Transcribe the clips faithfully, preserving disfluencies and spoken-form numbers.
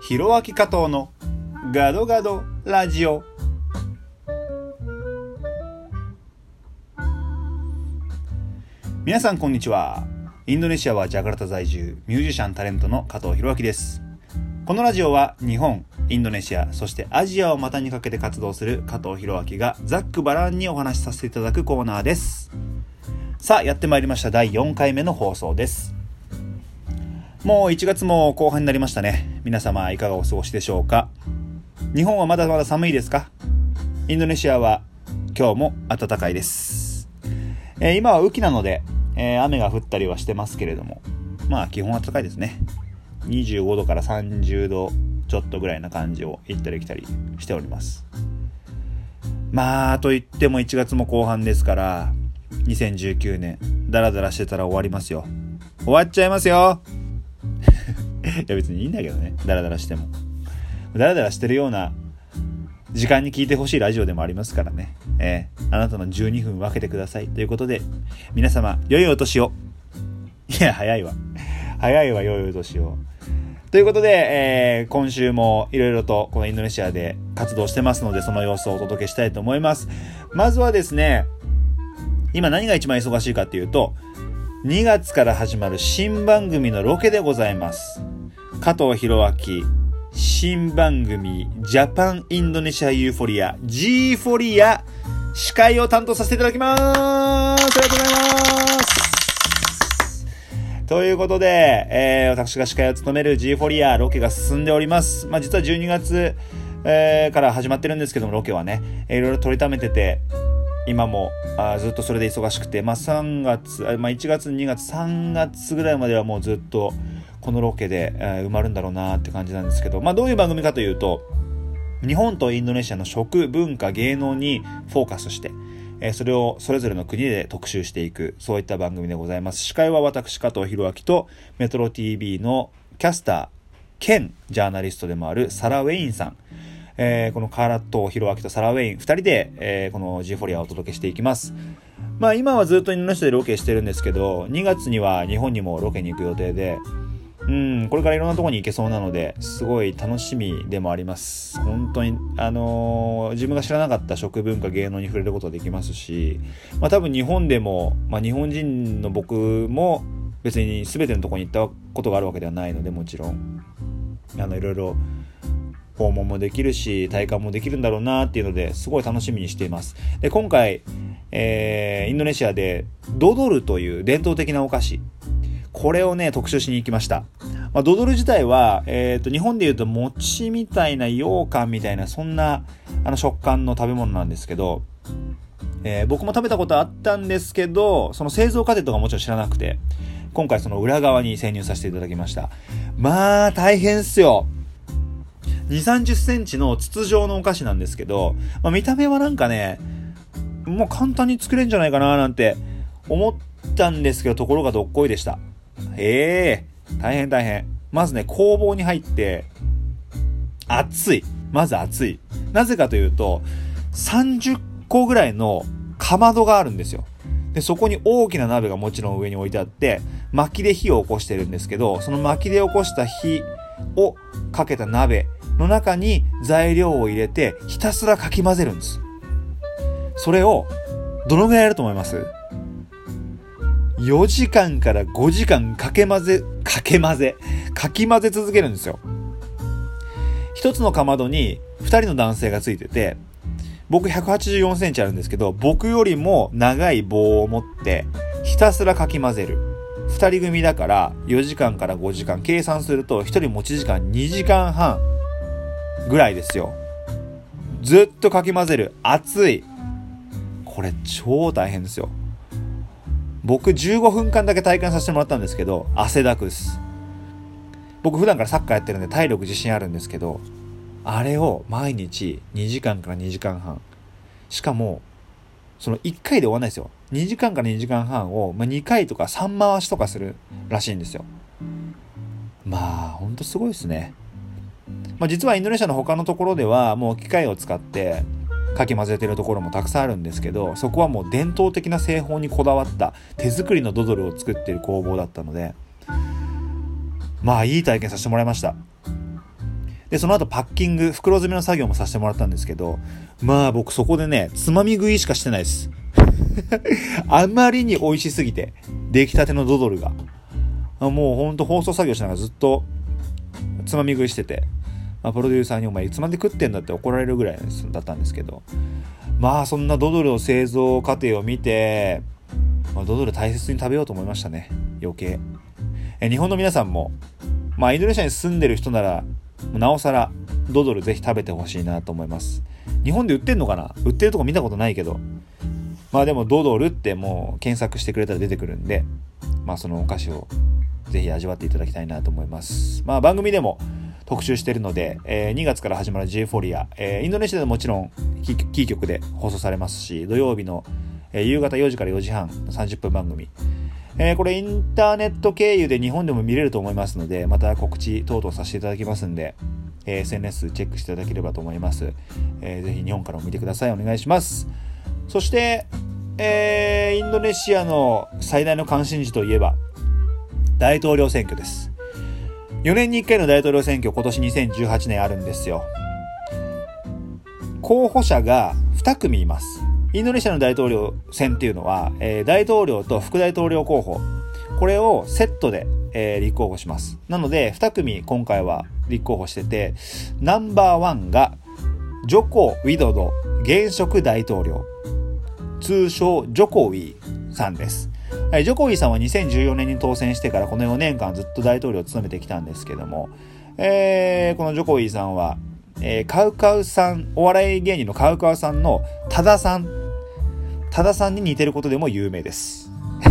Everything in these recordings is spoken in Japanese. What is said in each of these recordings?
ひろあき加藤のガドガドラジオ。皆さんこんにちは。インドネシアはジャカルタ在住、ミュージシャンタレントの加藤ひろあきです。このラジオは日本、インドネシア、そしてアジアを股にかけて活動する加藤ひろあきがざっくばらんにお話しさせていただくコーナーです。さあやってまいりましただいよんかいめの放送です。もういちがつも後半になりましたね。皆様いかがお過ごしでしょうか。日本はまだまだ寒いですか。インドネシアは今日も暖かいです。えー、今は雨季なので、えー、雨が降ったりはしてますけれども、まあ基本暖かいですね。にじゅうごどからさんじゅうどちょっとぐらいな感じを行ったり来たりしております。まあといってもいちがつも後半ですから、にせんじゅうきゅうねんダラダラしてたら終わりますよ。終わっちゃいますよいや別にいいんだけどね、ダラダラしても。ダラダラしてるような時間に聞いてほしいラジオでもありますからね、えー、あなたのじゅうにふん分けてくださいということで、皆様良いお年を。いや早いわ早いわ良いお年をということで、えー、今週もいろいろとこのインドネシアで活動してますので、その様子をお届けしたいと思います。まずはですね、今何が一番忙しいかっていうと、にがつから始まる新番組のロケでございます。加藤ひろあき新番組ジャパンインドネシアユーフォリア G フォリア司会を担当させていただきます。ありがとうございます。ということで、えー、私が司会を務める G フォリアロケが進んでおります。まあ実はじゅうにがつ、えー、から始まってるんですけども、ロケはね、いろいろ取りためてて、今もあずっとそれで忙しくて、まあ、さんがつ、まあ、いちがつ、にがつ、さんがつぐらいまではもうずっとこのロケで、えー、埋まるんだろうなって感じなんですけど、まあ、どういう番組かというと、日本とインドネシアの食文化芸能にフォーカスして、えー、それをそれぞれの国で特集していく、そういった番組でございます。司会は私加藤ひろあきとメトロ ティービー のキャスター兼ジャーナリストでもあるサラ・ウェインさん、えー、この加藤ひろあきとサラ・ウェインふたりで、えー、この G フォリアをお届けしていきます。まあ今はずっとインドネシアでロケしてるんですけど、にがつには日本にもロケに行く予定で、うんこれからいろんなところに行けそうなので、すごい楽しみでもあります。本当にあのー、自分が知らなかった食文化芸能に触れることができますし、まあ多分日本でも、まあ日本人の僕も別に全てのところに行ったことがあるわけではないので、もちろんあのいろいろ訪問もできるし体感もできるんだろうなっていうので、すごい楽しみにしています。で今回、えー、インドネシアでドドルという伝統的なお菓子、これをね特集しに行きました。まあ、ドドル自体は、えーと、日本でいうと餅みたいな羊羹みたいな、そんなあの食感の食べ物なんですけど、えー、僕も食べたことあったんですけど、その製造過程とかもちろん知らなくて、今回その裏側に潜入させていただきました。まあ大変っすよ。にじゅう、さんじゅっセンチの筒状のお菓子なんですけど、まあ、見た目はなんかね、もう簡単に作れるんじゃないかななんて思ったんですけど、ところがどっこいでした。ええー、大変大変。まずね、工房に入って熱い。まず熱い。なぜかというと、さんじゅっこぐらいのかまどがあるんですよ。で、そこに大きな鍋がもちろん上に置いてあって、薪で火を起こしてるんですけど、その薪で起こした火をかけた鍋の中に材料を入れてひたすらかき混ぜるんです。それをどのぐらいやると思います？よじかんからごじかんかけ混ぜかけ混ぜかき混ぜ続けるんですよ。一つのかまどにふたりの男性がついてて、僕ひゃくはちじゅうよんセンチあるんですけど、僕よりも長い棒を持ってひたすらかき混ぜる。ふたり組だからよじかんからごじかん、計算するとひとり持ち時間にじかんはんぐらいですよ。ずっとかき混ぜる。熱い。これ超大変ですよ。僕じゅうごふんかんだけ体感させてもらったんですけど、汗だくです。僕普段からサッカーやってるんで体力自信あるんですけど、あれを毎日にじかんからにじかんはん、しかもそのいっかいで終わんないですよ。にじかんからにじかんはんを、まあ、にかいとかさん回しとかするらしいんですよ。まあほんとすごいですね。まあ、実はインドネシアの他のところではもう機械を使ってかき混ぜてるところもたくさんあるんですけど、そこはもう伝統的な製法にこだわった手作りのドドルを作っている工房だったので、まあいい体験させてもらいました。 でその後パッキング袋詰めの作業もさせてもらったんですけど、まあ僕そこでねつまみ食いしかしてないですあまりに美味しすぎて、出来たてのドドルがもうほんと包装作業しながらずっとつまみ食いしてて、まあ、プロデューサーにお前いつまで食ってんだって怒られるぐらいだったんですけど、まあそんなドドルの製造過程を見て、まあ、ドドル大切に食べようと思いましたね。余計え日本の皆さんも、まあ、インドネシアに住んでる人ならなおさらドドルぜひ食べてほしいなと思います。日本で売ってんのかな、売ってるとこ見たことないけど、まあでもドドルってもう検索してくれたら出てくるんで、まあそのお菓子をぜひ味わっていただきたいなと思います。まあ番組でも特集しているので、えー、にがつから始まる J フォリア、えー、インドネシアでももちろんキー局で放送されますし、土曜日の、えー、夕方よじからよじはんのさんじゅっぷん番組、えー、これインターネット経由で日本でも見れると思いますので、また告知等々させていただきますんで、えー、エスエヌエス チェックしていただければと思います。えー、ぜひ日本からも見てください。お願いします。そして、えー、インドネシアの最大の関心事といえば大統領選挙です。よねんにいっかいの大統領選挙、今年にせんじゅうはちねんあるんですよ。候補者がに組います。インドネシアの大統領選っていうのは、えー、大統領と副大統領候補、これをセットで、えー、立候補します。なのでに組今回は立候補してて、ナンバーワンがジョコ・ウィドド現職大統領、通称ジョコウィさんです。ジョコウィさんはにせんじゅうよねんに当選してからこのよねんかんずっと大統領を務めてきたんですけども、えー、このジョコウィさんは、えー、カウカウさん、お笑い芸人のカウカウさんのタダさん、タダさんに似てることでも有名です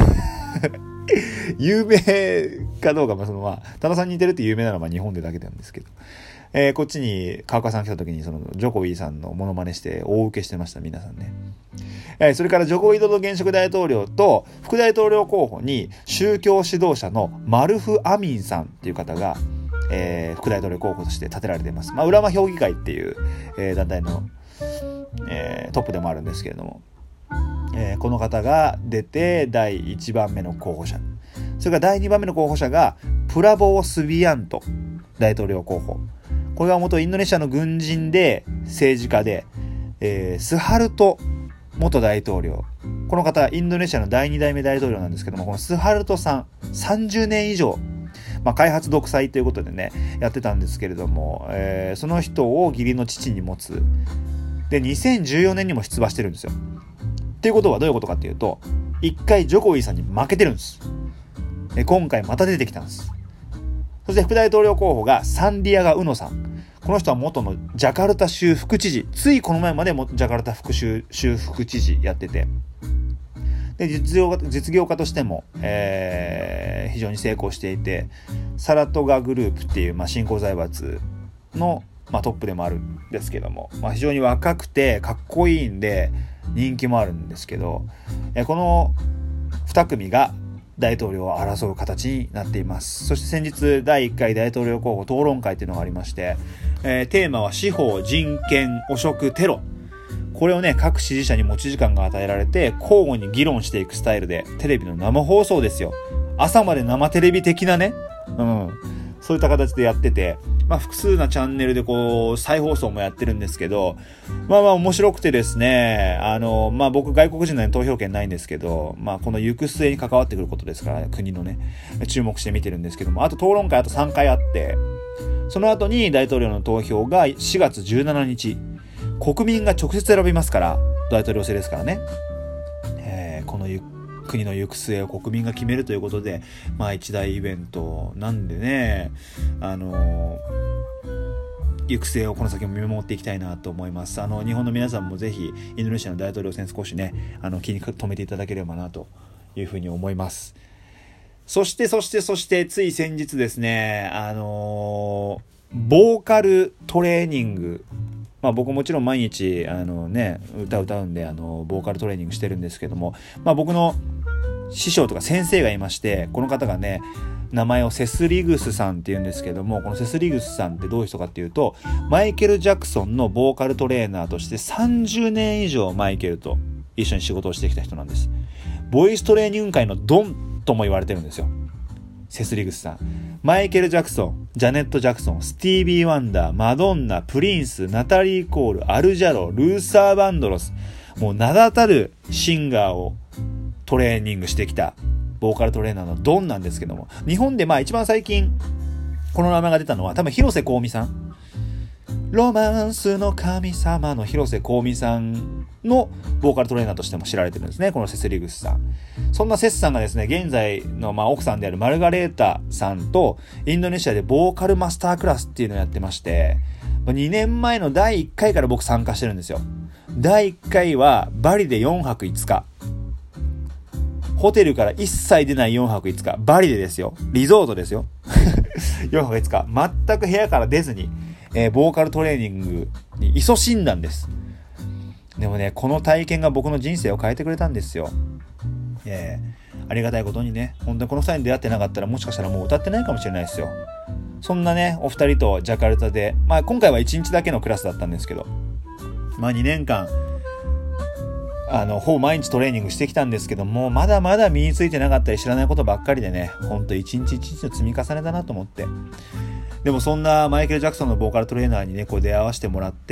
有名かどうか、まあそのまあタダさんに似てるって有名なのはまあ日本でだけなんですけど、えー、こっちにカウカウさん来た時にそのジョコウィさんのモノマネして大受けしてました、皆さんね。それからジョコウィドド現職大統領と副大統領候補に宗教指導者のマルフ・アミンさんっていう方が、えー、副大統領候補として立てられています。まあ、浦和評議会っていう、えー、団体の、えー、トップでもあるんですけれども、えー、この方が出てだいいちばんめの候補者、それからだいにばんめの候補者がプラボー・スビアント大統領候補。これは元インドネシアの軍人で政治家で、えー、スハルト元大統領、この方インドネシアのだいにだいめ大統領なんですけども、このスハルトさんさんじゅうねん以上、まあ、開発独裁ということでねやってたんですけれども、えー、その人を義理の父に持つでにせんじゅうよねんにも出馬してるんですよ。っていうことはどういうことかっていうと、一回ジョコウィさんに負けてるんです。で今回また出てきたんです。そして副大統領候補がサンディアガ・ウノさん。この人は元のジャカルタ州副知事、ついこの前までもジャカルタ副州州副知事やってて、で実業家、実業家としても、えー、非常に成功していて、サラトガグループっていう、まあ、新興財閥の、まあ、トップでもあるんですけども、まあ、非常に若くてかっこいいんで人気もあるんですけど、えー、このに組が大統領を争う形になっています。そして先日だいいっかい大統領候補討論会というのがありまして、えー、テーマは司法、人権、汚職、テロ。これをね各支持者に持ち時間が与えられて交互に議論していくスタイルで、テレビの生放送ですよ。朝まで生テレビ的なね、うん、そういった形でやってて、まあ複数なチャンネルでこう再放送もやってるんですけど、まあまあ面白くてですね、あのまあ僕外国人なのに投票権ないんですけど、まあこの行く末に関わってくることですから、国のね注目して見てるんですけども、あと討論会あとさんかいあって、その後に大統領の投票がしがつじゅうしちにち、国民が直接選びますから、大統領制ですからね、えー、この国の行く末を国民が決めるということで、まあ一大イベントなんでね、あのー、行く末をこの先も見守っていきたいなと思います。あの日本の皆さんもぜひインドネシアの大統領選少しね、あの気に留めていただければなというふうに思います。そしてそしてそしてつい先日ですね、あのー、ボーカルトレーニング、まあ僕もちろん毎日あのね歌歌うんで、あのボーカルトレーニングしてるんですけども、まあ僕の師匠とか先生がいまして、この方がね名前をセスリグスさんって言うんですけども、このセスリグスさんってどういう人かっていうと、マイケル・ジャクソンのボーカルトレーナーとしてさんじゅうねん以上マイケルと一緒に仕事をしてきた人なんです。ボイストレーニング界のドンとも言われてるんですよ、セスリグスさん。 マイケル・ジャクソン、ジャネット・ジャクソン、スティービー・ワンダー、マドンナ、プリンス、ナタリー・コール、アルジャロ、ルーサー・バンドロス、もう名だたるシンガーをトレーニングしてきたボーカルトレーナーのドンなんですけども、日本でまあ一番最近この名前が出たのは多分広瀬香美さん、ロマンスの神様の広瀬香美さんのボーカルトレーナーとしても知られてるんですね、このセスリグスさん。そんなセスさんがですね、現在のまあ奥さんであるマルガレータさんとインドネシアでボーカルマスタークラスっていうのをやってまして、にねんまえのだいいっかいから僕参加してるんですよ。だいいっかいはバリでよんはくいつか、ホテルから一切出ないよんはくいつか、バリでですよ、リゾートですよよんはくいつか全く部屋から出ずに、えー、ボーカルトレーニングに勤しんだんです。でもね、この体験が僕の人生を変えてくれたんですよ。えー、ありがたいことにね、本当にこのふたりに出会ってなかったらもしかしたらもう歌ってないかもしれないですよ。そんなねお二人とジャカルタで、まあ今回はいちにちだけのクラスだったんですけど、まあにねんかんあのほぼ毎日トレーニングしてきたんですけども、まだまだ身についてなかったり知らないことばっかりでね、ほんと一日一日の積み重ねだなと思って。でもそんなマイケル・ジャクソンのボーカルトレーナーにねこう出会わせてもらって、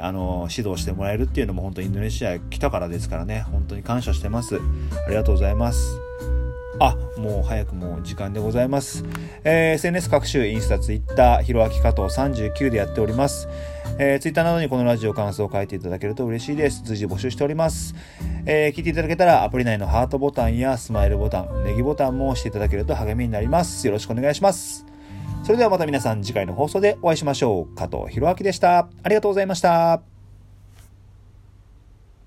あの指導してもらえるっていうのも本当インドネシア来たからですからね、本当に感謝してます。ありがとうございます。あ、もう早くもう時間でございます。えー、エスエヌエス 各種インスタ、ツイッター、ひろあき加藤さんじゅうきゅうでやっております。えー、ツイッターなどにこのラジオ感想を書いていただけると嬉しいです。随時募集しております。えー、聞いていただけたらアプリ内のハートボタンやスマイルボタン、ネギボタンも押していただけると励みになります。よろしくお願いします。それではまた皆さん次回の放送でお会いしましょう。加藤ひろあきでした。ありがとうございました。